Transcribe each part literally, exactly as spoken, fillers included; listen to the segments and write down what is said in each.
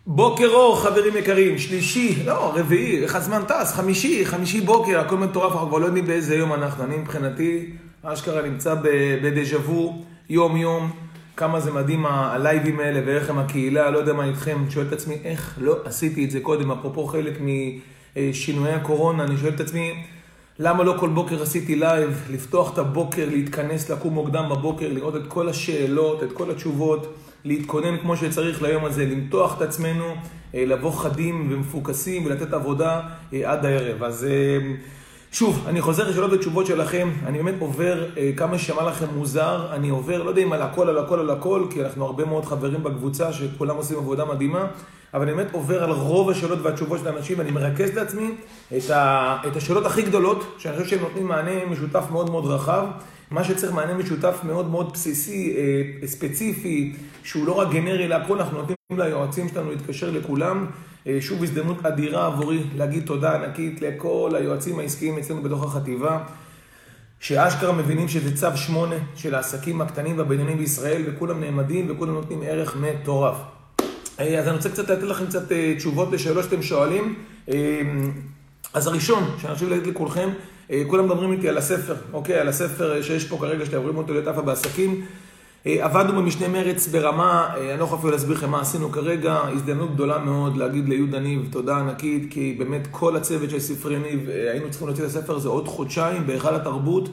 בוקר אור, חברים יקרים, שלישי, לא, רביעי, איך הזמן טס, חמישי, חמישי בוקר, הכל מטורף, אנחנו כבר לא יודעים באיזה יום אנחנו. אני מבחינתי, אשכרה נמצא בדז'ה וו, יום יום, כמה זה מדהים הלייבים האלה ואיך הם הקהילה, לא יודע מה איתכם, שואל את עצמי, איך לא עשיתי את זה קודם, אפרופו חלק משינויי הקורונה, אני שואל את עצמי, למה לא כל בוקר עשיתי לייב, לפתוח את הבוקר, להתכנס, לקום מוקדם בבוקר, לראות את כל השאלות, את כל התשובות, להתכונן כמו שצריך ליום הזה, למתוח את עצמנו, לבוא חדים ומפוקסים ולתת עבודה עד הערב. אז שוב, אני חוזר לשאלות ותשובות שלכם, אני באמת עובר כמה ששמע לכם מוזר, אני עובר, לא יודע אם על הכל, על הכל, על הכל, כי אנחנו הרבה מאוד חברים בקבוצה שכולם עושים עבודה מדהימה, אבל אני באמת עובר על רוב השאלות והתשובות של האנשים, ואני מרכז לעצמי את, ה, את השאלות הכי גדולות, שאני חושב שהם נותנים מענה משותף מאוד מאוד רחב, מה שצריך מענה משותף מאוד מאוד בסיסי, ספציפי, שהוא לא רק גנרי להכל, אנחנו נותנים ליועצים שלנו להתקשר לכולם. שוב הזדמנות אדירה עבורי להגיד תודה ענקית לכל היועצים העסקיים אצלנו בתוך החטיבה, שאשכרה מבינים שזה צו שמונה של העסקים הקטנים והבינוניים בישראל, וכולם נעמדים וכולם נותנים ערך מטורף. אז אני רוצה קצת לתת לכם קצת תשובות לשאלות שאתם שואלים. אז הראשון, שאני חושב להגיד לכולכם, כולם מדברים איתי על הספר, אוקיי, על הספר שיש פה כרגע, שאתם רואים אותו להיות אפה בעסקים. עבדנו במשנה מרץ ברמה, אני לא יכול להסביר לכם מה עשינו כרגע, הזדמנות גדולה מאוד להגיד ליהודה ניב תודה ענקית, כי באמת כל הצוות של ספרי ניב, היינו צריכים להוציא את הספר הזה עוד חודשיים, בהיכל התרבות,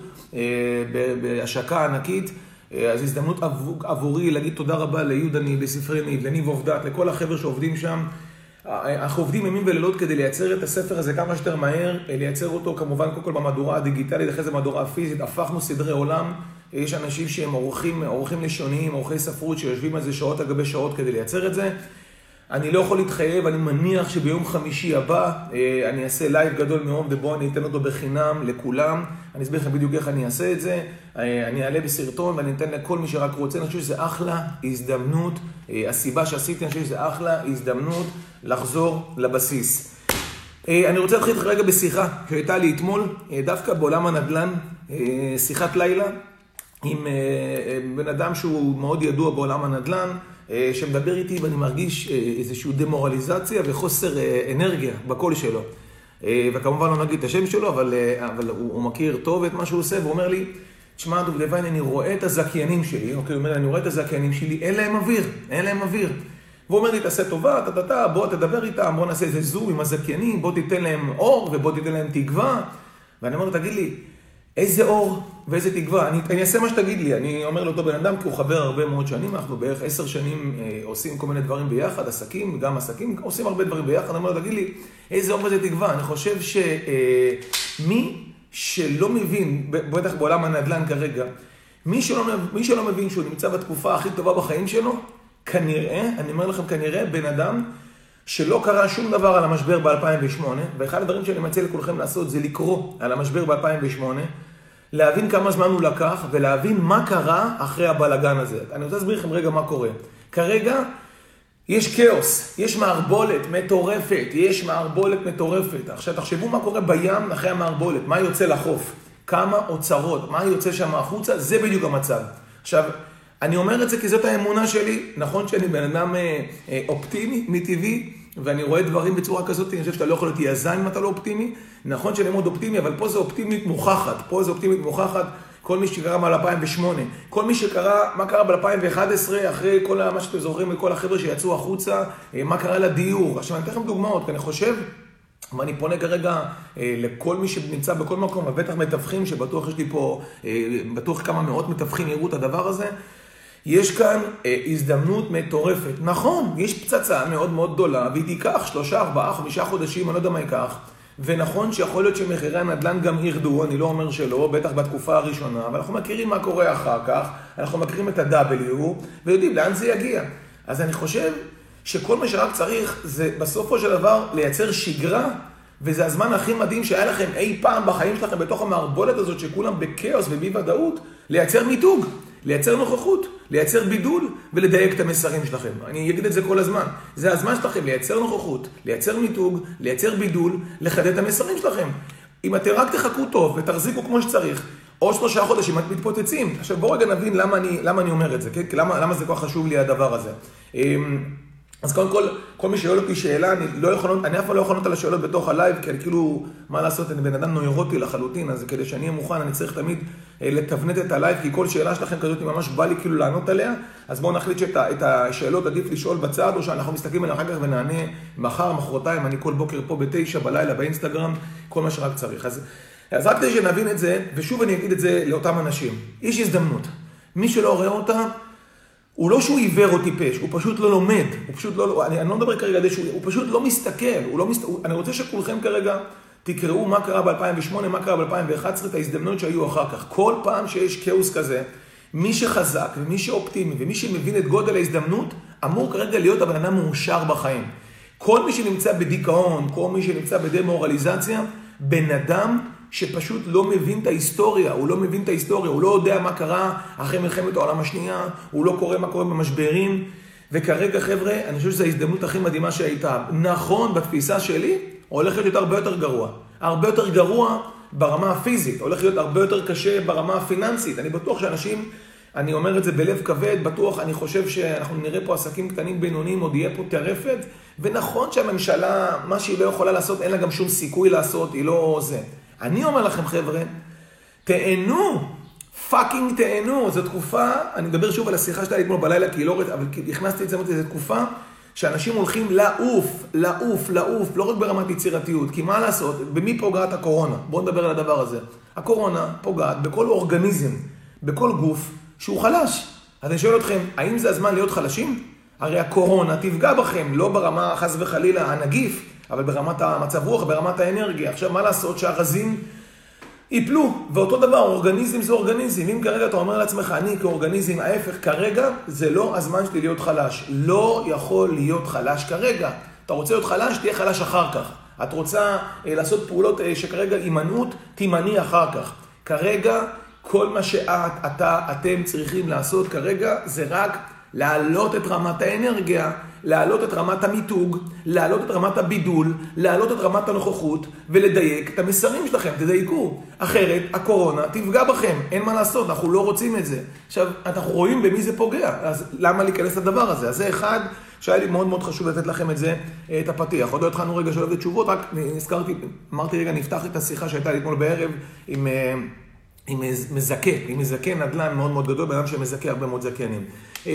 בהשקה ענקית. אז הזדמנות עבורי להגיד תודה רבה ליהודה ניב, לספרי ניב, לניב עובדת, לכל החבר'ה שעובדים שם. אנחנו עובדים ימים ולילות כדי לייצר את הספר הזה כמה שיותר מהר, לייצר אותו כמובן קודם כל במהדורה הדיגיטלית, אחרי זה מהדורה הפיזית, הפכנו סדרי עולם, יש אנשים שהם עורכים, עורכים לשוניים, עורכי ספרות שיושבים על זה שעות על גבי שעות כדי לייצר את זה. אני לא יכול להתחייב, אני מניח שביום חמישי הבא אני אעשה לייב גדול מאוד ובו אני אתן אותו בחינם לכולם. אני אסביר לכם בדיוק איך אני אעשה את זה. אני אעלה בסרטון ואני אתן לכל מי שרק רוצה. אני חושב שזה אחלה הזדמנות. הסיבה שעשיתי, אני חושב שזה אחלה הזדמנות לחזור לבסיס. אני רוצה להתחיל רגע בשיחה שהייתה לי אתמול, דווקא בעולם הנדל"ן, שיחת לילה עם בן אדם שהוא מאוד ידוע בעולם הנדל"ן, שמדבר איתי ואני מרגיש איזושהי דמורליזציה וחוסר אנרגיה בקול שלו. וכמובן לא נגיד את השם שלו, אבל, אבל הוא, הוא מכיר טוב את מה שהוא עושה, והוא אומר לי, תשמע דוב לוין, אני רואה את הזכיינים שלי, אוקיי, הוא אומר לי, אני רואה את הזכיינים שלי, אין להם אוויר, אין להם אוויר. והוא אומר לי, תעשה טובה, תתתה, בוא תדבר איתם, בוא נעשה איזה זום עם הזכיינים, בוא תיתן להם אור ובוא תיתן להם תקווה. ואני אומר, תגיד לי, איזה אור ואיזה תקווה? אני, אני אעשה מה שתגיד לי. אני אומר לאותו בן אדם, כי הוא חבר הרבה מאוד שנים, אנחנו בערך עשר שנים אה, עושים כל מיני דברים ביחד, עסקים, גם עסקים, עושים הרבה דברים ביחד. אני אומר, תגיד לי, איזה אור ואיזה תקווה? אני חושב שמי אה, שלא מבין, בטח בעולם הנדל"ן כרגע, מי שלא, מי שלא מבין שהוא נמצא בתקופה הכי טובה בחיים שלו, כנראה, אני אומר לכם, כנראה בן אדם שלא קרה שום דבר על המשבר ב-אלפיים ושמונה, ואחד הדברים שאני מציע לכולכם לעשות זה לקרוא על המשבר ב-אלפיים ושמונה, להבין כמה זמן הוא לקח ולהבין מה קרה אחרי הבלגן הזה. אני רוצה להסביר לכם רגע מה קורה. כרגע יש כאוס, יש מערבולת מטורפת, יש מערבולת מטורפת. עכשיו תחשבו מה קורה בים אחרי המערבולת, מה יוצא לחוף, כמה אוצרות, מה יוצא שם החוצה, זה בדיוק המצב. עכשיו, אני אומר את זה כי זאת האמונה שלי, נכון שאני בן אדם אופטימי מטבעי, ואני רואה דברים בצורה כזאת, אני חושב שאתה לא יכול להיות יזם אם אתה לא אופטימי, נכון שאני מאוד אופטימי, אבל פה זה אופטימית מוכחת, פה זה אופטימית מוכחת, כל מי שקרה מ-אלפיים ושמונה, כל מי שקרה, מה קרה ב-אלפיים ואחת עשרה, אחרי כל מה שאתם זוכרים, לכל החבר'ה שיצאו החוצה, מה קרה לדיור, עכשיו אני אתן לכם דוגמאות, כי אני חושב, ואני פונה כרגע אה, לכל מי שנמצא בכל מקום, ובטח מתווכים, שבטוח יש לי פה, אה, בטוח כמה מאות מתווכים יראו את הדבר הזה, יש כאן אה, הזדמנות מטורפת. נכון, יש פצצה מאוד מאוד גדולה, והיא תיקח שלושה, ארבעה, חמישה חודשים, אני לא יודע מה ייקח, ונכון שיכול להיות שמחירי הנדל"ן גם ירדו, אני לא אומר שלא, בטח בתקופה הראשונה, אבל אנחנו מכירים מה קורה אחר כך, אנחנו מכירים את ה-W, ויודעים לאן זה יגיע. אז אני חושב שכל מה שרק צריך זה בסופו של דבר לייצר שגרה, וזה הזמן הכי מדהים שהיה לכם אי פעם בחיים שלכם בתוך המערבולת הזאת שכולם בקאוס ובי ודאות, לייצר מיתוג, לייצר נוכחות, לייצר בידול ולדייק את המסרים שלכם. אני אגיד את זה כל הזמן. זה הזמן שלכם לייצר נוכחות, לייצר מיתוג, לייצר בידול, לחדד את המסרים שלכם. אם אתם רק תחכו טוב ותחזיקו כמו שצריך, עוד שלושה חודשים את מתפוצצים. עכשיו בואו רגע נבין למה אני, למה אני אומר את זה, כן? למה, למה זה כל כך חשוב לי הדבר הזה. אז קודם כל, כל מי שואל אותי שאלה, אני לא יכול, אני אף פעם לא יכול לענות על השאלות בתוך הלייב, כי אני כאילו, מה לעשות, אני בן אדם נוירוטי לחלוטין, אז כדי שאני אהיה מוכן, אני צריך תמיד לתבנת את הלייב, כי כל שאלה שלכם כזאת ממש בא לי כאילו לענות עליה, אז בואו נחליט שאת השאלות עדיף לשאול בצד, או שאנחנו מסתכלים עליהם אחר כך ונענה מחר, מחרתיים, אני כל בוקר פה בתשע בלילה באינסטגרם, כל מה שרק צריך. אז, אז רק כדי שנבין את זה, ושוב אני אגיד את זה לאותם אנשים, יש הזדמנות. מי שלא רואה אותה, הוא לא שהוא עיוור או טיפש, הוא פשוט לא לומד, הוא פשוט לא, אני, אני לא מדבר כרגע, שהוא, הוא פשוט לא מסתכל, הוא לא מסת, הוא, אני רוצה שכולכם כרגע תקראו מה קרה ב-אלפיים ושמונה, מה קרה ב-אלפיים ואחת עשרה, את ההזדמנות שהיו אחר כך. כל פעם שיש כאוס כזה, מי שחזק ומי שאופטימי ומי שמבין את גודל ההזדמנות, אמור כרגע להיות הבן אדם מאושר בחיים. כל מי שנמצא בדיכאון, כל מי שנמצא בדמורליזציה, בן אדם שפשוט לא מבין את ההיסטוריה, הוא לא מבין את ההיסטוריה, הוא לא יודע מה קרה אחרי מלחמת העולם השנייה, הוא לא קורא מה קורה במשברים, וכרגע חבר'ה, אני חושב שזו ההזדמנות הכי מדהימה שהייתה. נכון, בתפיסה שלי, הולך להיות הרבה יותר גרוע. הרבה יותר גרוע ברמה הפיזית, הולך להיות הרבה יותר קשה ברמה הפיננסית. אני בטוח שאנשים, אני אומר את זה בלב כבד, בטוח, אני חושב שאנחנו נראה פה עסקים קטנים בינוניים, עוד יהיה פה טרפת, ונכון שהממשלה, מה שהיא לא יכולה לעשות, אין לה גם שום סיכוי לעשות, היא לא זה. אני אומר לכם חבר'ה, תהנו, פאקינג תהנו, זו תקופה, אני מדבר שוב על השיחה שלה אתמול בלילה, כי לא, אבל הכנסתי את זה, זו תקופה שאנשים הולכים לעוף, לעוף, לעוף, לא רק ברמת יצירתיות, כי מה לעשות, במי פוגעת הקורונה? בואו נדבר על הדבר הזה. הקורונה פוגעת בכל אורגניזם, בכל גוף שהוא חלש. אז אני שואל אתכם, האם זה הזמן להיות חלשים? הרי הקורונה תפגע בכם, לא ברמה חס וחלילה הנגיף, אבל ברמת המצב רוח, ברמת האנרגיה. עכשיו, מה לעשות שהרזים ייפלו? ואותו דבר, אורגניזם זה אורגניזם. אם כרגע אתה אומר לעצמך, אני כאורגניזם, ההפך, כרגע זה לא הזמן שלי להיות חלש. לא יכול להיות חלש כרגע. אתה רוצה להיות חלש, תהיה חלש אחר כך. את רוצה לעשות פעולות שכרגע אימנות, תימני אחר כך. כרגע, כל מה שאת, אתה, אתם צריכים לעשות כרגע, זה רק להעלות את רמת האנרגיה, להעלות את רמת המיתוג, להעלות את רמת הבידול, להעלות את רמת הנוכחות, ולדייק את המסרים שלכם, תדייקו. אחרת, הקורונה תפגע בכם, אין מה לעשות, אנחנו לא רוצים את זה. עכשיו, אנחנו רואים במי זה פוגע, אז למה להיכנס לדבר הזה? אז זה אחד שהיה לי מאוד מאוד חשוב לתת לכם את זה, את הפתיח. עוד לא התחלנו רגע של תשובות, רק נזכרתי, אמרתי רגע, נפתח את השיחה שהייתה לי אתמול בערב עם, עם מזכה, עם מזכה נדל"ן מאוד מאוד גדול, באדם שמזכה הרבה מאוד זכיינים.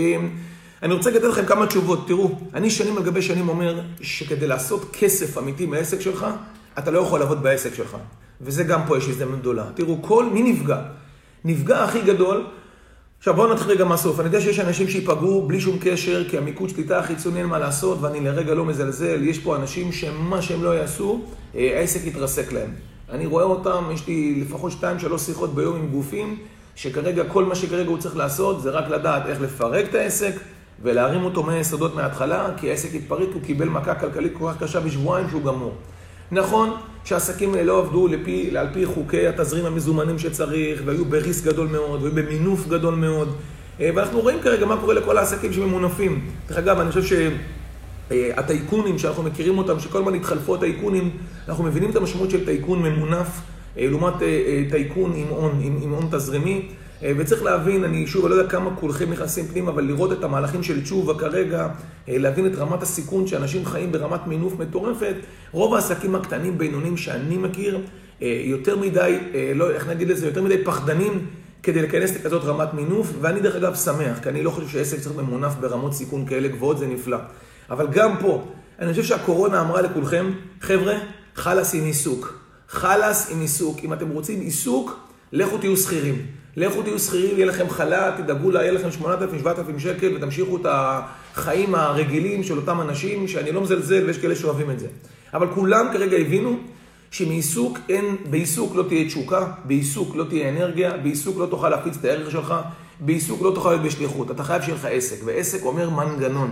אני רוצה לתת לכם כמה תשובות. תראו, אני שנים על גבי שנים אומר שכדי לעשות כסף אמיתי מהעסק שלך, אתה לא יכול לעבוד בעסק שלך. וזה גם פה יש הזדמנות גדולה. תראו, כל מי נפגע? נפגע הכי גדול. עכשיו בואו נתחיל רגע מהסוף. אני יודע שיש אנשים שיפגעו בלי שום קשר, כי המיקוד שליטה החיצוני אין מה לעשות, ואני לרגע לא מזלזל. יש פה אנשים שמה שהם לא יעשו, העסק יתרסק להם. אני רואה אותם, יש לי לפחות שתיים, שלוש שיחות ביום עם גופים, שכרגע כל מה שכרגע הוא צריך לעשות, זה רק לדעת איך לפרק את העסק, ולהרים אותו מהיסודות מההתחלה, כי העסק התפרק, הוא קיבל מכה כלכלית כל כך קשה בשבועיים שהוא גמור. נכון שהעסקים האלה לא עבדו לפי, על פי חוקי התזרים המזומנים שצריך, והיו בריס גדול מאוד, והיו במינוף גדול מאוד, ואנחנו רואים כרגע מה קורה לכל העסקים שממונפים. דרך אגב, אני חושב שהטייקונים שאנחנו מכירים אותם, שכל מה התחלפו הטייקונים, אנחנו מבינים את המשמעות של טייקון ממונף, לעומת טייקון עם הון, עם, עם הון תזרימי. וצריך להבין, אני שוב, אני לא יודע כמה כולכם נכנסים פנים, אבל לראות את המהלכים של תשובה כרגע, להבין את רמת הסיכון שאנשים חיים ברמת מינוף מטורפת. רוב העסקים הקטנים בינונים שאני מכיר, יותר מדי, לא, איך נגיד לזה, יותר מדי פחדנים כדי להיכנס לכזאת רמת מינוף, ואני דרך אגב שמח, כי אני לא חושב שעסק צריך ממונף ברמות סיכון כאלה גבוהות, זה נפלא. אבל גם פה, אני חושב שהקורונה אמרה לכולכם, חבר'ה, חלס עם עיסוק. חלס עם עיסוק. אם אתם רוצים עיסוק, לכו תהיו שכירים. לכו תהיו שכירים, יהיה לכם חל"ת, תדאגו לה, יהיה לכם שמונת אלפים שבעת אלפים שקל, ותמשיכו את החיים הרגילים של אותם אנשים, שאני לא מזלזל, ויש כאלה שאוהבים את זה. אבל כולם כרגע הבינו שמעיסוק אין, בעיסוק לא תהיה תשוקה, בעיסוק לא תהיה אנרגיה, בעיסוק לא תוכל להפיץ את הערך שלך, בעיסוק לא תוכל להיות בשליחות. אתה חייב שיהיה לך עסק, ועסק אומר מנגנון.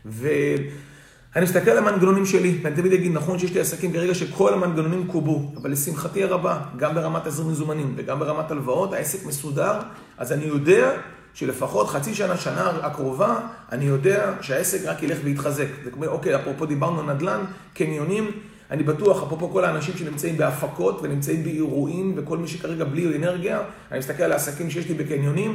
ואני מסתכל על המנגנונים שלי, ואני תמיד אגיד, נכון שיש לי עסקים כרגע שכל המנגנונים קובו, אבל לשמחתי הרבה, גם ברמת תזרים מזומנים וגם ברמת הלוואות, העסק מסודר, אז אני יודע שלפחות חצי שנה, שנה הקרובה, אני יודע שהעסק רק ילך ויתחזק. זה כמו, אוקיי, אפרופו דיברנו על נדל"ן, קניונים, אני בטוח, אפרופו כל האנשים שנמצאים בהפקות ונמצאים באירועים, וכל מי שכרגע בלי אנרגיה, אני מסתכל על העסקים שיש לי בקניונים,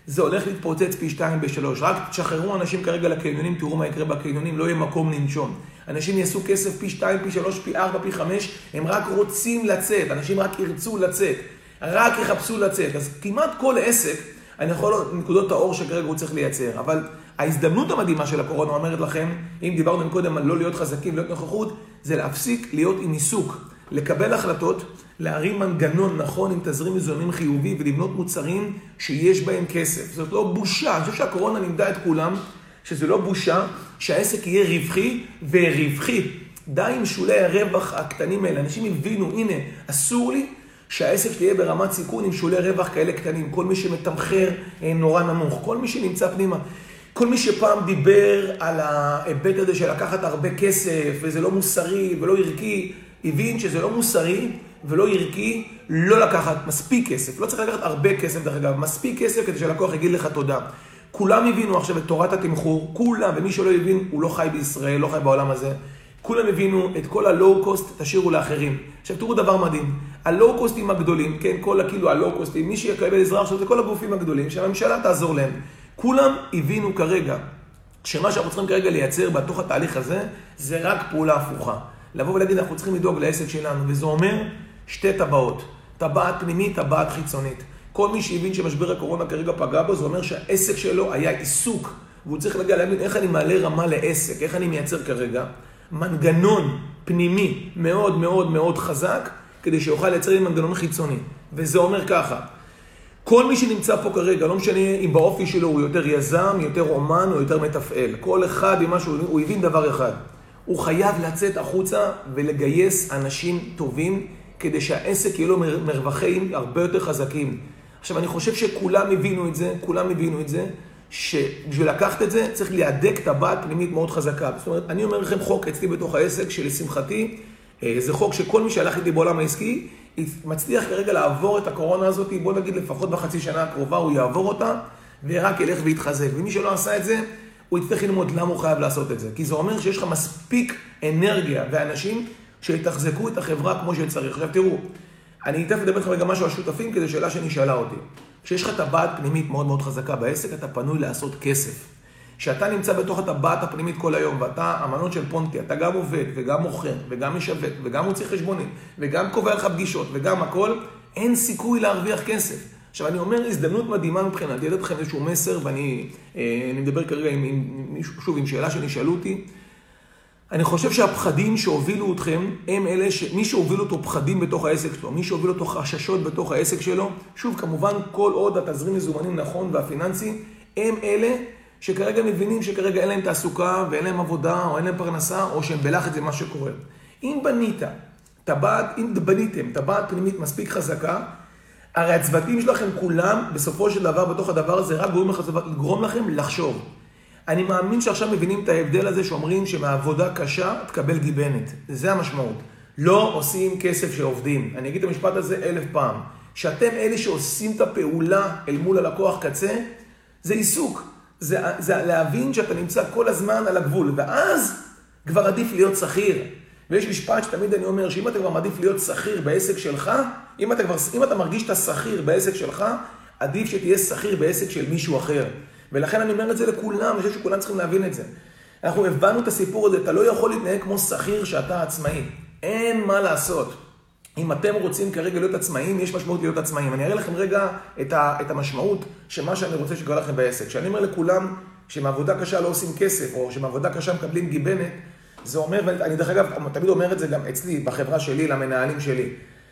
זה הולך להתפוצץ פי שתיים בשלוש. רק תשחררו אנשים כרגע לקניונים, תראו מה יקרה בקניונים, לא יהיה מקום לנשום. אנשים יעשו כסף פי שתיים, פי שלוש, פי ארבע, פי חמש, הם רק רוצים לצאת, אנשים רק ירצו לצאת, רק יחפשו לצאת. אז כמעט כל עסק, אני יכול לראות נקודות האור שכרגע הוא צריך לייצר, אבל ההזדמנות המדהימה של הקורונה אומרת לכם, אם דיברנו קודם על לא להיות חזקים, להיות נוכחות, זה להפסיק להיות עם עיסוק, לקבל החלטות, להרים מנגנון נכון עם תזרים מזומנים חיובי ולבנות מוצרים שיש בהם כסף. זאת לא בושה, אני חושב שהקורונה לימדה את כולם, שזה לא בושה, שהעסק יהיה רווחי ורווחי. די עם שולי הרווח הקטנים האלה. אנשים הבינו, הנה, אסור לי שהעסק שלי יהיה ברמת סיכון עם שולי רווח כאלה קטנים. כל מי שמתמחר נורא נמוך, כל מי שנמצא פנימה. כל מי שפעם דיבר על ההיבט הזה של לקחת הרבה כסף, וזה לא מוסרי ולא ערכי, הבין שזה לא מוסרי ולא ערכי לא לקחת מספיק כסף. לא צריך לקחת הרבה כסף דרך אגב, מספיק כסף כדי שהלקוח יגיד לך תודה. כולם הבינו עכשיו את תורת התמחור, כולם, ומי שלא הבין הוא לא חי בישראל, לא חי בעולם הזה. כולם הבינו את כל הלואו-קוסט, תשאירו לאחרים. עכשיו תראו דבר מדהים, הלואו-קוסטים הגדולים, כן, כל הכאילו הלואו-קוסטים, מי שיקבל עזרה עכשיו זה כל הגופים הגדולים, שהממשלה תעזור להם. כולם הבינו כרגע, שמה שאנחנו צריכים כרגע לייצר בתוך התהליך הזה, זה רק פעולה הפוכה. לבוא ולהגיד, אנחנו צריכים לדאוג לעסק שלנו, וזה אומר שתי טבעות, טבעת פנימית, טבעת חיצונית. כל מי שהבין שמשבר הקורונה כרגע פגע בו, זה אומר שהעסק שלו היה עיסוק, והוא צריך להגיע להבין איך אני מעלה רמה לעסק, איך אני מייצר כרגע מנגנון פנימי מאוד מאוד מאוד חזק, כדי שיוכל לייצר עם מנגנון חיצוני. וזה אומר ככה, כל מי שנמצא פה כרגע, לא משנה אם באופי שלו הוא יותר יזם, יותר אומן או יותר מתפעל, כל אחד עם משהו, הוא הבין דבר אחד. הוא חייב לצאת החוצה ולגייס אנשים טובים, כדי שהעסק יהיה לו מרווחים הרבה יותר חזקים. עכשיו, אני חושב שכולם הבינו את זה, כולם הבינו את זה, שבשביל לקחת את זה, צריך להדק טבעת פנימית מאוד חזקה. זאת אומרת, אני אומר לכם חוק אצלי בתוך העסק, שלשמחתי, זה חוק שכל מי שהלך איתי בעולם העסקי, מצליח כרגע לעבור את הקורונה הזאת, בוא נגיד לפחות בחצי שנה הקרובה, הוא יעבור אותה, ורק ילך ויתחזק. ומי שלא עשה את זה, הוא יצטרך ללמוד למה הוא חייב לעשות את זה. כי זה אומר שיש לך מספיק אנרגיה ואנשים שיתחזקו את החברה כמו שצריך. עכשיו תראו, אני אתף לדבר לכם גם משהו על שותפים, כדי שאלה שנשאלה אותי. כשיש לך טבעת פנימית מאוד מאוד חזקה בעסק, אתה פנוי לעשות כסף. כשאתה נמצא בתוך הטבעת הפנימית כל היום, ואתה אמנות של פונטי, אתה גם עובד וגם מוכר וגם משווק וגם מוציא חשבונים וגם קובע לך פגישות וגם הכל, אין סיכוי להרוויח כסף. עכשיו אני אומר, הזדמנות מדהימה מבחינת, ידע לכם איזשהו מסר, ואני אני מדבר כרגע עם, עם, שוב עם שאלה שנשאלו אותי. אני חושב שהפחדים שהובילו אתכם, הם אלה ש... מי שהובילו אותו פחדים בתוך העסק שלו, מי שהובילו אותו חששות בתוך העסק שלו, שוב כמובן כל עוד התזרים מזומנים נכון והפיננסי, הם אלה שכרגע מבינים שכרגע אין להם תעסוקה ואין להם עבודה או אין להם פרנסה, או שהם בלחץ למה שקורה. אם בנית, טבעת, אם בניתם טבעת פנימית מספיק חזקה, הרי הצוותים שלכם כולם בסופו של דבר בתוך הדבר הזה רק גורם לכם לחשוב. אני מאמין שעכשיו מבינים את ההבדל הזה שאומרים שמעבודה קשה תקבל גיבנת. זה המשמעות. לא עושים כסף שעובדים. אני אגיד את המשפט הזה אלף פעם. שאתם אלה שעושים את הפעולה אל מול הלקוח קצה, זה עיסוק. זה, זה להבין שאתה נמצא כל הזמן על הגבול. ואז כבר עדיף להיות שכיר. ויש משפט שתמיד אני אומר שאם אתה כבר מעדיף להיות שכיר בעסק שלך, אם אתה, כבר, אם אתה מרגיש שאתה שכיר בעסק שלך, עדיף שתהיה שכיר בעסק של מישהו אחר. ולכן אני אומר את זה לכולם, אני חושב שכולם צריכים להבין את זה. אנחנו הבנו את הסיפור הזה, אתה לא יכול להתנהג כמו שכיר שאתה עצמאי. אין מה לעשות. אם אתם רוצים כרגע להיות עצמאים, יש משמעות להיות עצמאים. אני אראה לכם רגע את, ה, את המשמעות שמה שאני רוצה שקורה לכם בעסק. כשאני אומר לכולם שמעבודה קשה לא עושים כסף, או שמעבודה קשה מקבלים גיבנת, זה אומר, ואני דרך אגב, תמיד אומר את זה גם אצלי, בחברה שלי, למנהלים שלי.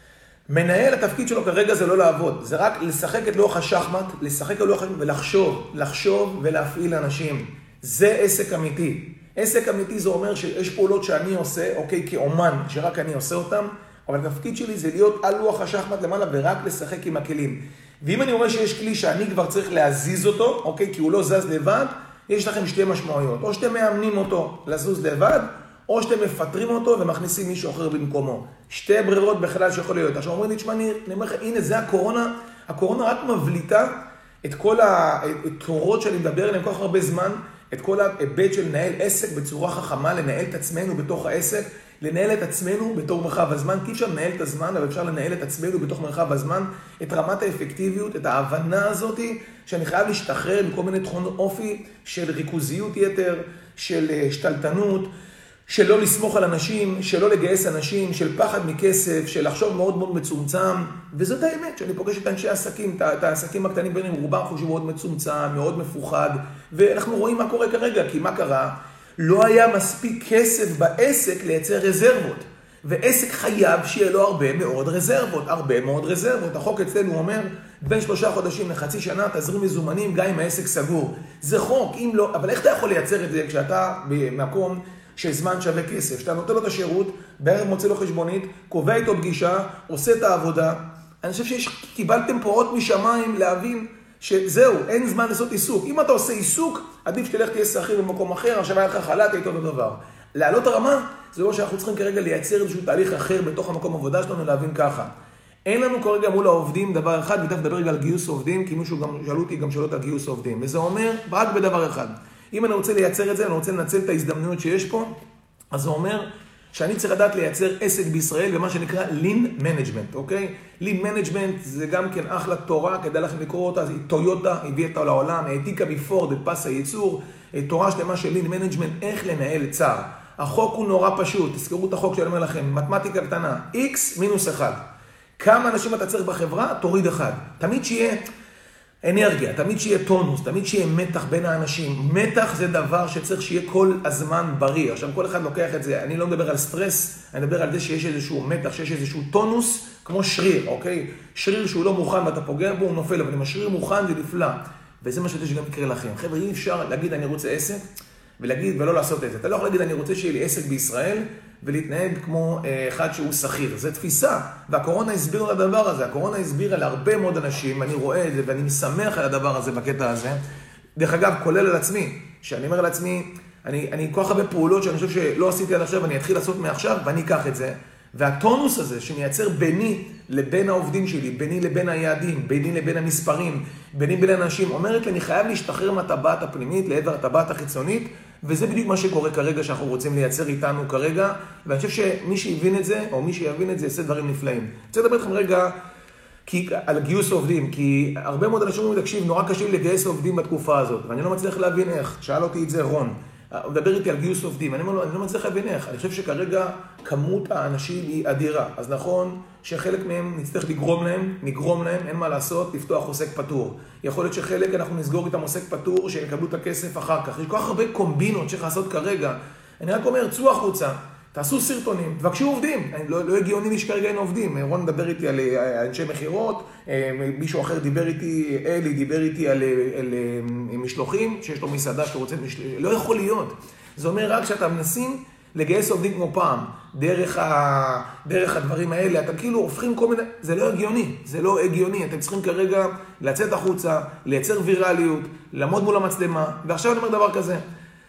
מנהל התפקיד שלו כרגע זה לא לעבוד, זה רק לשחק את לוח השחמט, לשחק את לוח השחמט ולחשוב, לחשוב ולהפעיל אנשים. זה עסק אמיתי. עסק אמיתי זה אומר שיש פעולות שאני עושה, אוקיי, כאומן, שרק אני עושה אותם, אבל התפקיד שלי זה להיות על לוח השחמט למעלה ורק לשחק עם הכלים. ואם אני רואה שיש כלי שאני כבר צריך להזיז אותו, אוקיי, כי הוא לא זז לבד, יש לכם שתי משמעויות. או שאתם מאמנים אותו לזוז לבד, או שאתם מפטרים אותו ומכניסים מישהו אחר במקומו. שתי ברירות בכלל שיכול להיות. עכשיו אומרים לי, תשמע, אני אומר לך, הנה זה הקורונה, הקורונה רק מבליטה את כל התורות שאני מדבר עליהן כל כך הרבה זמן, את כל ההיבט של לנהל עסק בצורה חכמה, לנהל את עצמנו בתוך העסק, לנהל את עצמנו בתוך מרחב הזמן, כי אפשר לנהל את הזמן, אבל אפשר לנהל את עצמנו בתוך מרחב הזמן, את רמת האפקטיביות, את ההבנה הזאת, שאני חייב להשתחרר מכל מיני תכונות אופי של ריכוזיות יתר, של שתלטנות, של לא לסמוך על אנשים, של לא לגייס אנשים, של פחד מכסף, של לחשוב מאוד מאוד מצומצם, וזאת האמת, שאני פוגש את אנשי העסקים, את העסקים הקטנים ביניהם, רובם חושבים מאוד מצומצם, מאוד מפוחד, ואנחנו רואים מה קורה כרגע, כי מה קרה? לא היה מספיק כסף בעסק לייצר רזרבות, ועסק חייב שיהיה לו הרבה מאוד רזרבות, הרבה מאוד רזרבות. החוק אצלנו אומר, בין שלושה חודשים לחצי שנה, תזרים מזומנים, גם אם העסק סגור. זה חוק, אם לא, אבל איך אתה יכול לייצר את זה כשאתה במקום שזמן שווה כסף? שאתה נותן לו את השירות, בערב מוצא לו חשבונית, קובע איתו פגישה, עושה את העבודה. אני חושב שקיבלתם פה עוד משמיים להבין שזהו, אין זמן לעשות עיסוק. אם אתה עושה עיסוק, עדיף שתלך תהיה שכיר במקום אחר, עכשיו היה לך חל"ת, איתו אותו דבר. לעלות הרמה, זה לא שאנחנו צריכים כרגע לייצר איזשהו תהליך אחר בתוך המקום עבודה שלנו, להבין ככה. אין לנו כרגע מול העובדים דבר אחד, ותכף נדבר רגע על גיוס עובדים, כי מישהו גם שאלו אותי גם שאלות על גיוס עובדים. וזה אומר רק בדבר אחד. אם אני רוצה לייצר את זה, אני רוצה לנצל את ההזדמנויות שיש פה, אז זה אומר שאני צריך לדעת לייצר עסק בישראל במה שנקרא Lean Management, אוקיי? Lean Management זה גם כן אחלה תורה, כדאי לכם לקרוא אותה, טויוטה הביאה אותה לעולם, העתיקה בפורד את פס הייצור, תורה שלמה של Lean Management, איך לנהל צער. החוק הוא נורא פשוט, תזכרו את החוק שאני אומר לכם, מתמטיקה קטנה, X מינוס אחד. כמה אנשים אתה צריך בחברה? תוריד אחד. תמיד שיהיה אנרגיה, תמיד שיהיה טונוס, תמיד שיהיה מתח בין האנשים. מתח זה דבר שצריך שיהיה כל הזמן בריא. עכשיו כל אחד לוקח את זה, אני לא מדבר על סטרס, אני מדבר על זה שיש איזשהו מתח, שיש איזשהו טונוס כמו שריר, אוקיי? שריר שהוא לא מוכן ואתה פוגע בו, הוא נופל, אבל אם השריר מוכן זה נפלא. וזה מה שאתה שגם יקרה לכם. חבר'ה, אי אפשר להגיד אני רוצה עסק ולהגיד ולא לעשות את זה. אתה לא יכול להגיד אני רוצה שיהיה לי עסק בישראל ולהתנהג כמו אחד שהוא שכיר. זו תפיסה, והקורונה הסבירה לדבר הזה. הקורונה הסבירה להרבה מאוד אנשים, אני רואה את זה ואני משמח על הדבר הזה בקטע הזה. דרך אגב, כולל על עצמי, שאני אומר על עצמי, אני, אני כל כך הרבה פעולות שאני חושב שלא עשיתי עד עכשיו, אני אתחיל לעשות מעכשיו ואני אקח את זה. והטונוס הזה שמייצר ביני לבין העובדים שלי, ביני לבין היעדים, ביני לבין המספרים, ביני בין האנשים, אומרת לי, אני חייב להשתחרר מהטבעת הפנימית לעבר הטבעת החיצונית, וזה בדיוק מה שקורה כרגע שאנחנו רוצים לייצר איתנו כרגע, ואני חושב שמי שיבין את זה, או מי שיבין את זה, יעשה דברים נפלאים. אני רוצה לדבר איתכם רגע כי, על גיוס עובדים, כי הרבה מאוד אנשים אומרים, תקשיב, נורא קשה לגייס עובדים בתקופה הזאת, ואני לא מצליח להבין איך. שאל אותי את זה רון. הוא מדבר איתי על גיוס עובדים, אני אומר לו, אני לא מצליח להבין איך. אני חושב שכרגע כמות האנשים היא אדירה. אז נכון שחלק מהם נצטרך לגרום להם, נגרום להם, אין מה לעשות, לפתוח עוסק פטור. יכול להיות שחלק אנחנו נסגור איתם עוסק פטור, שהם יקבלו את הכסף אחר כך. יש כל כך הרבה קומבינות שצריך לעשות כרגע. אני רק אומר, צאו החוצה, תעשו סרטונים, תבקשו עובדים. לא, לא הגיוני לי שכרגע אין עובדים. רון מדבר איתי על אנשי מחירות, מישהו אחר דיבר איתי, אלי דיבר איתי על, על, על משלוחים, שיש לו מסעדה שאתה רוצה משלוחים. לא יכול להיות. זה אומר רק שאתה מנסים לגייס עובדים כמו פעם, דרך, ה, דרך הדברים האלה, אתם כאילו הופכים כל מיני, זה לא הגיוני, זה לא הגיוני. אתם צריכים כרגע לצאת החוצה, לייצר ויראליות, לעמוד מול המצלמה, ועכשיו אני אומר דבר כזה.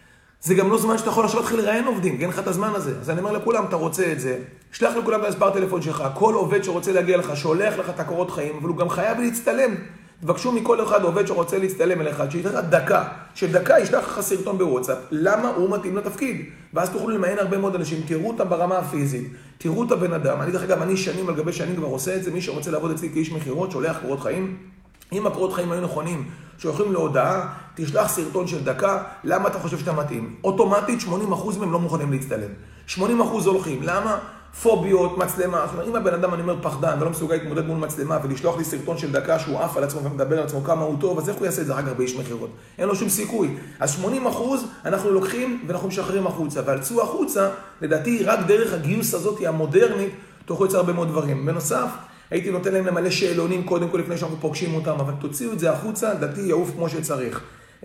זה גם לא זמן שאתה יכול עכשיו להתחיל לראיין עובדים, כי אין לך את הזמן הזה. אז אני אומר לכולם, אתה רוצה את זה, שלח לכולם את המספר טלפון שלך, כל עובד שרוצה להגיע לך, שולח לך את הקורות חיים, אבל הוא גם חייב להצטלם. תבקשו מכל אחד עובד שרוצה להצטלם אליך, שייתן לך דקה, שדקה ישלח לך סרטון בוואטסאפ, למה הוא מתאים לתפקיד? ואז תוכלו למען הרבה מאוד אנשים, תראו אותם ברמה הפיזית, תראו את הבן אדם. אני דרך אגב, אני שנים על גבי שנים כבר עושה את זה, מי שרוצה לעבוד אצלי כאיש מחירות, שולח קורות חיים. אם הקורות חיים היו נכונים, שולחים להודעה, תשלח סרטון של דקה, למה אתה חושב שאתה מתאים? אוטומטית שמונים אחוז מהם לא מוכנים להצטלם. שמונים אחוז הולכים, למה? פוביות, מצלמה. אם הבן אדם, אני אומר, פחדן, ולא מסוגל להתמודד מול מצלמה, ולשלוח לי סרטון של דקה שהוא עף על עצמו ומדבר על עצמו כמה הוא טוב, אז איך הוא יעשה את זה רק הרבה איש מחירות? אין לו שום סיכוי. אז שמונים אחוז אנחנו לוקחים ואנחנו משחררים החוצה, ועל צאו החוצה, לדעתי, רק דרך הגיוס הזאת המודרנית, תוכלו לצאת הרבה מאוד דברים. בנוסף, הייתי נותן להם למלא שאלונים קודם כל לפני שאנחנו פוגשים אותם, אבל תוציאו את זה החוצה, דעתי יעוף כמו שצריך.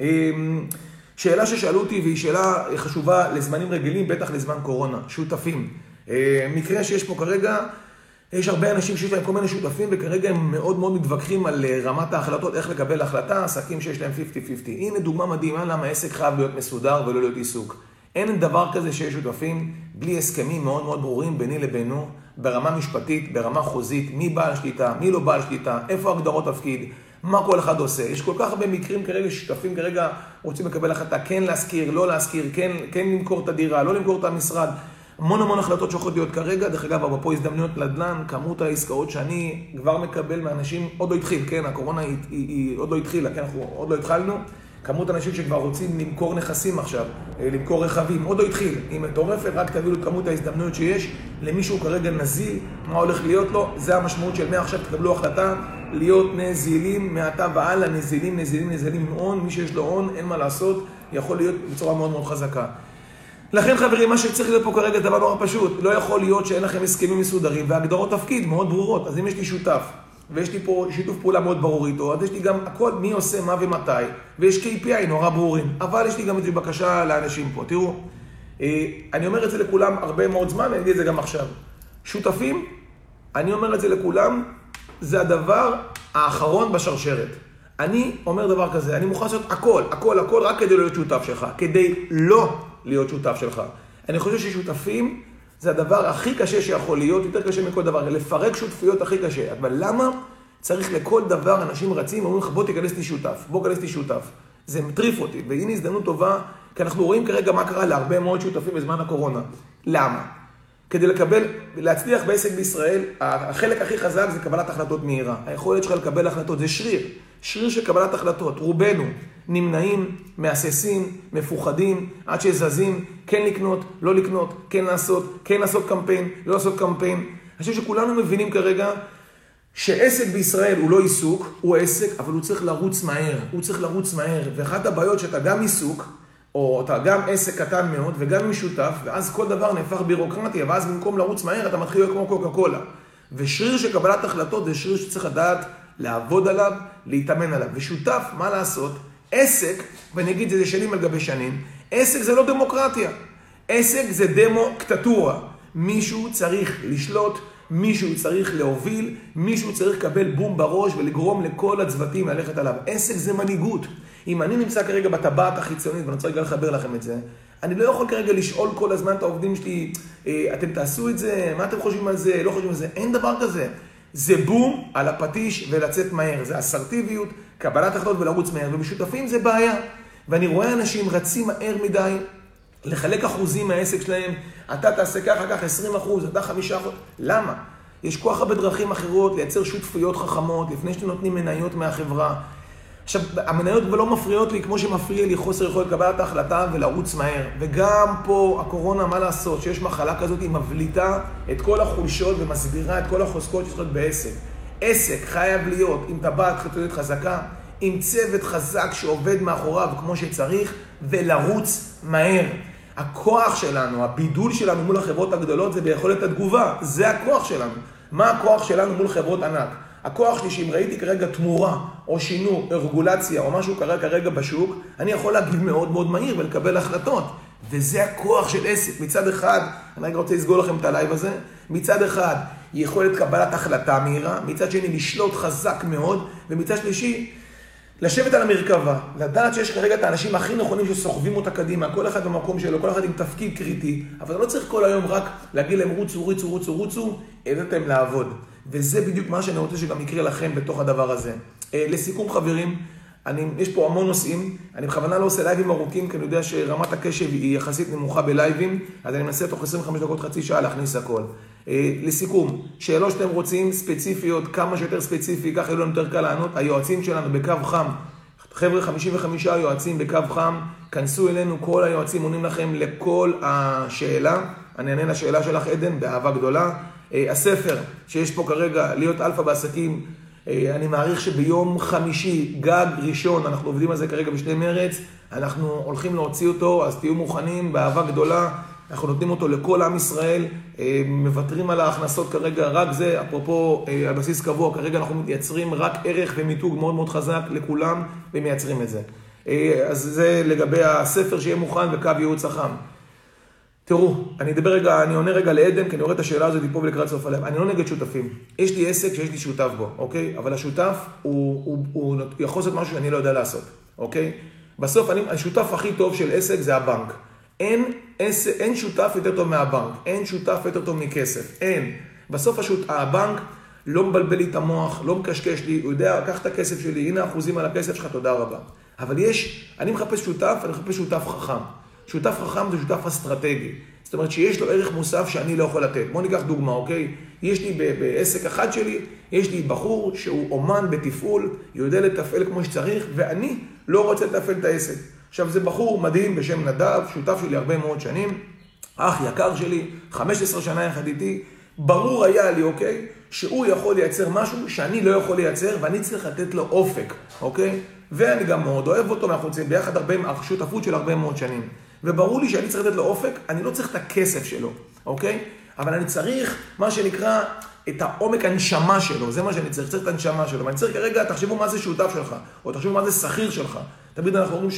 שאלה ששאלו אותי, והיא שאלה חשובה לזמנים רגילים, בטח לזמן קורונה, שותפים. מקרה שיש פה כרגע, יש הרבה אנשים שיש להם כל מיני שותפים, וכרגע הם מאוד מאוד מתווכחים על רמת ההחלטות, איך לקבל החלטה, עסקים שיש להם חמישים חמישים. הנה דוגמה מדהימה למה עסק חייב להיות מסודר ולא להיות עיסוק. אין דבר כזה שיש שותפים בלי הסכמים מאוד מאוד ברורים ביני לבינו, ברמה משפטית, ברמה חוזית, מי בעל שליטה, מי לא בעל שליטה, איפה הגדרות תפקיד. מה כל אחד עושה. יש כל כך הרבה מקרים כרגע, שותפים כרגע רוצים לקבל החלטה, כן להשכיר, לא להשכיר, כן, כן למכור את הדירה, לא למכור את המשרד. המון המון החלטות שיכולות להיות כרגע, דרך אגב, אבל פה הזדמנויות נדל"ן, כמות העסקאות שאני כבר מקבל מאנשים, עוד לא התחיל, כן, הקורונה היא, היא, היא עוד לא התחילה, כן, אנחנו עוד לא התחלנו, כמות אנשים שכבר רוצים למכור נכסים עכשיו, למכור רכבים, עוד לא התחיל, היא מטורפת, רק תביאו את כמות ההזדמנויות שיש, למישהו כרגע נזיל, מה הולך להיות לו, זה המשמעות של מה עכשיו תקבלו החלטה, להיות נזילים מעתה והלאה, נזילים, נזילים, נזילים עם הון, מי שיש לו הון, אין מה לעשות, יכול להיות בצורה מאוד מאוד חזקה. לכן חברים, מה שצריך להיות פה כרגע זה דבר נורא פשוט, לא יכול להיות שאין לכם הסכמים מסודרים והגדרות תפקיד מאוד ברורות, אז אם יש לי שותף, ויש לי פה שיתוף פעולה מאוד ברור איתו, אז יש לי גם הכל מי עושה מה ומתי, ויש קיי פי איי נורא ברורים, אבל יש לי גם איזושהי בקשה לאנשים פה, תראו, אני אומר את זה לכולם הרבה מאוד זמן, אני אגיד את זה גם עכשיו, שותפים, אני אומר את זה לכולם, זה הדבר האחרון בשרשרת. אני אומר דבר כזה, אני מוכן לעשות הכל, הכל, הכל, רק כדי להיות שותף שלך, כדי לא להיות שותף שלך. אני חושב ששותפים זה הדבר הכי קשה שיכול להיות, יותר קשה מכל דבר, לפרק שותפויות הכי קשה. אבל למה צריך לכל דבר אנשים רצים, אומרים לך בוא תיכנס לי שותף, בוא תיכנס לי שותף. זה מטריף אותי, והנה הזדמנות טובה, כי אנחנו רואים כרגע מה קרה להרבה מאוד שותפים בזמן הקורונה. למה? כדי לקבל, להצליח בעסק בישראל, החלק הכי חזק זה קבלת החלטות מהירה. היכולת שלך לקבל החלטות זה שריר. שריר של קבלת החלטות. רובנו נמנעים, מאססים, מפוחדים, עד שזזים, כן לקנות, לא לקנות, כן לעשות, כן לעשות קמפיין, לא לעשות קמפיין. אני חושב שכולנו מבינים כרגע שעסק בישראל הוא לא עיסוק, הוא עסק, אבל הוא צריך לרוץ מהר. הוא צריך לרוץ מהר. ואחת הבעיות שאתה גם עיסוק, או אתה גם עסק קטן מאוד וגם משותף, ואז כל דבר נהפך בירוקרטיה, ואז במקום לרוץ מהר אתה מתחיל להיות כמו קוקה קולה. ושריר של קבלת החלטות זה שריר שצריך לדעת לעבוד עליו, להתאמן עליו. ושותף, מה לעשות? עסק, ואני אגיד את זה שנים על גבי שנים, עסק זה לא דמוקרטיה. עסק זה דמוקטטורה. מישהו צריך לשלוט, מישהו צריך להוביל, מישהו צריך לקבל בום בראש ולגרום לכל הצוותים ללכת עליו. עסק זה מנהיגות. אם אני נמצא כרגע בטבעת החיצונית, ואני רוצה רגע לחבר לכם את זה, אני לא יכול כרגע לשאול כל הזמן את העובדים שלי, אתם תעשו את זה, מה אתם חושבים על זה, לא חושבים על זה, אין דבר כזה. זה בום על הפטיש ולצאת מהר, זה אסרטיביות, קבלת החלטות ולרוץ מהר, ובשותפים זה בעיה. ואני רואה אנשים רצים מהר מדי, לחלק אחוזים מהעסק שלהם, אתה תעשה ככה, ככה עשרים אחוז, אתה חמישה אחוז, למה? יש כוח הרבה דרכים אחרות, לייצר שותפויות חכמות, לפני שאתם נותנים מניות מהחברה. עכשיו, המניות לא מפריעות לי כמו שמפריע לי חוסר יכולת לקבל את ההחלטה ולרוץ מהר. וגם פה הקורונה, מה לעשות? שיש מחלה כזאת, היא מבליטה את כל החולשות ומסבירה את כל החוזקות שיש בעסק. עסק חייב להיות עם טבעת חיצונית חזקה, עם צוות חזק שעובד מאחוריו כמו שצריך, ולרוץ מהר. הכוח שלנו, הבידול שלנו מול החברות הגדולות זה ביכולת התגובה. זה הכוח שלנו. מה הכוח שלנו מול חברות ענק? הכוח שלי, שאם ראיתי כרגע תמורה, או שינוי, או רגולציה, או משהו קרה כרגע בשוק, אני יכול להגיב מאוד מאוד מהיר ולקבל החלטות. וזה הכוח של עסק. מצד אחד, אני רגע רוצה לסגור לכם את הלייב הזה, מצד אחד, יכולת קבלת החלטה מהירה, מצד שני, לשלוט חזק מאוד, ומצד שלישי, לשבת על המרכבה, לדעת שיש כרגע את האנשים הכי נכונים שסוחבים אותה קדימה, כל אחד במקום שלו, כל אחד עם תפקיד קריטי, אבל לא צריך כל היום רק להגיד להם רוצו, רוצו, רוצו, רוצו, הבאתם לעבוד. וזה בדיוק מה שאני רוצה שגם יקרה לכם בתוך הדבר הזה. לסיכום חברים, אני, יש פה המון נושאים, אני בכוונה לא עושה לייבים ארוכים, כי אני יודע שרמת הקשב היא יחסית נמוכה בלייבים, אז אני מנסה תוך עשרים וחמש דקות, חצי שעה להכניס הכל. לסיכום, שאלות שאתם רוצים ספציפיות, כמה שיותר ספציפי, ככה יהיה לנו יותר קל לענות, היועצים שלנו בקו חם, חבר'ה חמישים וחמישה יועצים בקו חם, כנסו אלינו, כל היועצים עונים לכם לכל השאלה, אני אענה לשאלה שלך עדן באהבה גדולה. הספר שיש פה כרגע, להיות אלפא בעסקים, אני מעריך שביום חמישי, גג ראשון, אנחנו עובדים על זה כרגע בשני מרץ, אנחנו הולכים להוציא אותו, אז תהיו מוכנים באהבה גדולה, אנחנו נותנים אותו לכל עם ישראל, מוותרים על ההכנסות כרגע, רק זה, אפרופו על בסיס קבוע, כרגע אנחנו מייצרים רק ערך ומיתוג מאוד מאוד חזק לכולם, ומייצרים את זה. אז זה לגבי הספר שיהיה מוכן וקו ייעוץ החם. תראו, אני אדבר רגע, אני עונה רגע לעדן, כי אני רואה את השאלה הזאת פה ולקראת סוף הלב. אני לא נגד שותפים. יש לי עסק שיש לי שותף בו, אוקיי? אבל השותף הוא, הוא, הוא יכול לעשות משהו שאני לא יודע לעשות, אוקיי? בסוף, אני, השותף הכי טוב של עסק זה הבנק. אין, עסק, אין שותף יותר טוב מהבנק. אין שותף יותר טוב מכסף. אין. בסוף השות, הבנק, לא מבלבל לי את המוח, לא מקשקש לי, הוא יודע, קח את הכסף שלי, הנה אחוזים על הכסף שלך, תודה רבה. אבל יש, אני מחפש שותף, אני מחפש שותף חכם. שותף חכם זה שותף אסטרטגי. זאת אומרת שיש לו ערך מוסף שאני לא יכול לתת. בוא ניקח דוגמה, אוקיי? יש לי בעסק אחד שלי, יש לי בחור שהוא אומן בתפעול, יודע לתפעל כמו שצריך, ואני לא רוצה לתפעל את העסק. עכשיו זה בחור מדהים בשם נדב, שותף שלי הרבה מאוד שנים, אח יקר שלי, חמש עשרה שנה יחד איתי, ברור היה לי, אוקיי? שהוא יכול לייצר משהו שאני לא יכול לייצר, ואני צריך לתת לו אופק, אוקיי? ואני גם מאוד אוהב אותו, אנחנו נמצאים ביחד הרבה, שותפות של הרבה מאוד שנים. וברור לי שאני צריך לתת לו אופק, אני לא צריך את הכסף שלו, אוקיי? אבל אני צריך, מה שנקרא, את העומק הנשמה שלו, זה מה שאני צריך, צריך את הנשמה שלו. ואני צריך כרגע, תחשבו מה זה שותף שלך, או תחשבו מה זה שכיר שלך. תמיד אנחנו אומרים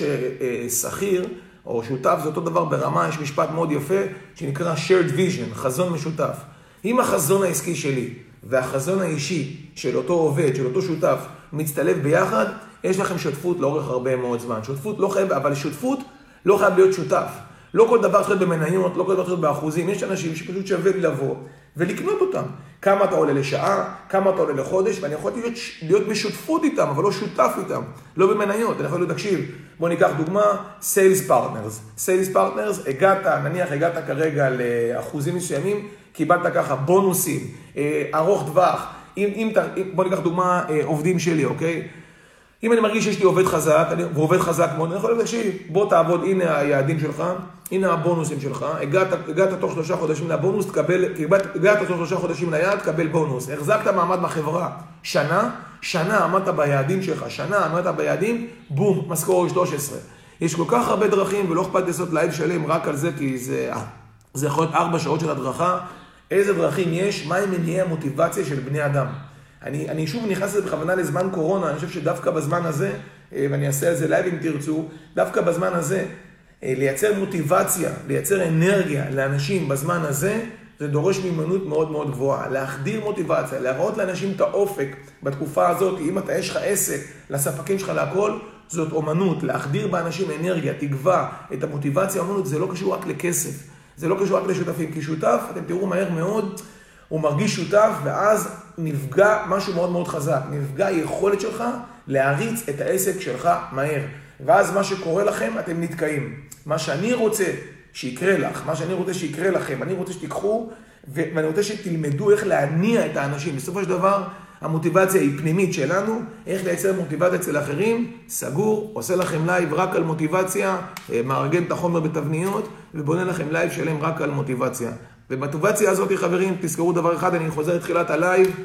ששכיר או שותף זה אותו דבר ברמה, יש משפט מאוד יפה, שנקרא shared vision, חזון משותף. אם החזון העסקי שלי והחזון האישי של אותו עובד, של אותו שותף, מצטלב ביחד, יש לכם שותפות לאורך הרבה מאוד זמן. שותפות לא חייב, אבל שותפות לא חייב להיות שותף. לא כל דבר צריך להיות במניות, לא כל דבר צריך להיות באחוזים. יש אנשים שפשוט שווה לי לבוא ולקנות אותם. כמה אתה עולה לשעה, כמה אתה עולה לחודש, ואני יכול להיות, להיות בשותפות איתם, אבל לא שותף איתם. לא במניות. אני יכול להיות, תקשיב, בוא ניקח דוגמה, Sales Partners. Sales Partners, הגעת, נניח הגעת כרגע לאחוזים מסוימים, קיבלת ככה בונוסים, ארוך טווח. אם, אם, בוא ניקח דוגמה, עובדים שלי, אוקיי? אם אני מרגיש שיש לי עובד חזק, ועובד חזק מאוד, אני יכול להגיד, תקשיב, בוא תעבוד, הנה היעדים שלך, הנה הבונוסים שלך, הגעת, הגעת תוך שלושה חודשים לבונוס, תקבל, הגעת תוך שלושה חודשים ליעד, תקבל בונוס. החזקת מעמד בחברה, שנה, שנה עמדת ביעדים שלך, שנה עמדת ביעדים, בום, משכורת שלוש עשרה. יש כל כך הרבה דרכים, ולא אכפת לעשות לייב שלם רק על זה, כי זה, זה יכול להיות ארבע שעות של הדרכה. איזה דרכים יש, מה הם מניעי המוטיבציה של בני אדם? אני, אני שוב נכנס לזה בכוונה לזמן קורונה, אני חושב שדווקא בזמן הזה, ואני אעשה על זה לייב אם תרצו, דווקא בזמן הזה, לייצר מוטיבציה, לייצר אנרגיה לאנשים בזמן הזה, זה דורש מיומנות מאוד מאוד גבוהה. להחדיר מוטיבציה, להראות לאנשים את האופק בתקופה הזאת, אם אתה יש לך עסק, לספקים שלך להכל, זאת אומנות. להחדיר באנשים אנרגיה, תקווה, את המוטיבציה, אומנות, זה לא קשור רק לכסף, זה לא קשור רק לשותפים, כי שותף, אתם תראו מהר מאוד, הוא מרגיש שותף, ואז נפגע משהו מאוד מאוד חזק, נפגע היכולת שלך להריץ את העסק שלך מהר. ואז מה שקורה לכם, אתם נתקעים. מה שאני רוצה שיקרה לך, מה שאני רוצה שיקרה לכם, אני רוצה שתיקחו, ואני רוצה שתלמדו איך להניע את האנשים. בסופו של דבר, המוטיבציה היא פנימית שלנו, איך לייצר מוטיבציה אצל אחרים, סגור, עושה לכם לייב רק על מוטיבציה, מארגן את החומר בתבניות, ובונה לכם לייב שלם רק על מוטיבציה. ובמוטיבציה הזאת, חברים, תזכרו דבר אחד, אני חוזר לתחילת הלייב,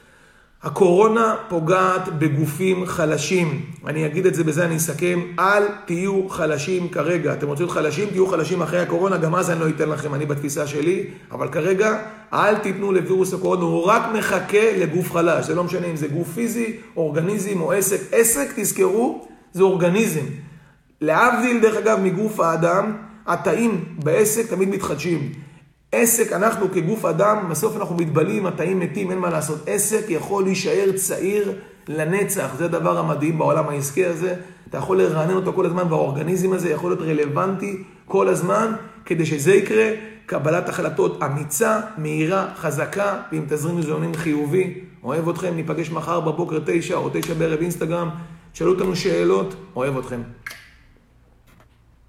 הקורונה פוגעת בגופים חלשים. אני אגיד את זה בזה, אני אסכם. אל תהיו חלשים כרגע. אתם רוצים להיות חלשים, תהיו חלשים אחרי הקורונה. גם אז אני לא אתן לכם, אני בתפיסה שלי. אבל כרגע, אל תיתנו לווירוס הקורונה. הוא רק מחכה לגוף חלש. זה לא משנה אם זה גוף פיזי, אורגניזם או עסק. עסק, תזכרו, זה אורגניזם. להבדיל, דרך אגב, מגוף האדם, התאים בעסק תמיד מתחדשים. עסק, אנחנו כגוף אדם, בסוף אנחנו מתבלים, התאים מתים, אין מה לעשות. עסק יכול להישאר צעיר לנצח, זה הדבר המדהים בעולם העסקי הזה. אתה יכול לרענן אותו כל הזמן, והאורגניזם הזה יכול להיות רלוונטי כל הזמן, כדי שזה יקרה, קבלת החלטות אמיצה, מהירה, חזקה, ועם תזרים מזומנים חיובי. אוהב אתכם, ניפגש מחר בבוקר תשע או תשע בערב אינסטגרם. שאלו אותנו שאלות, אוהב אתכם.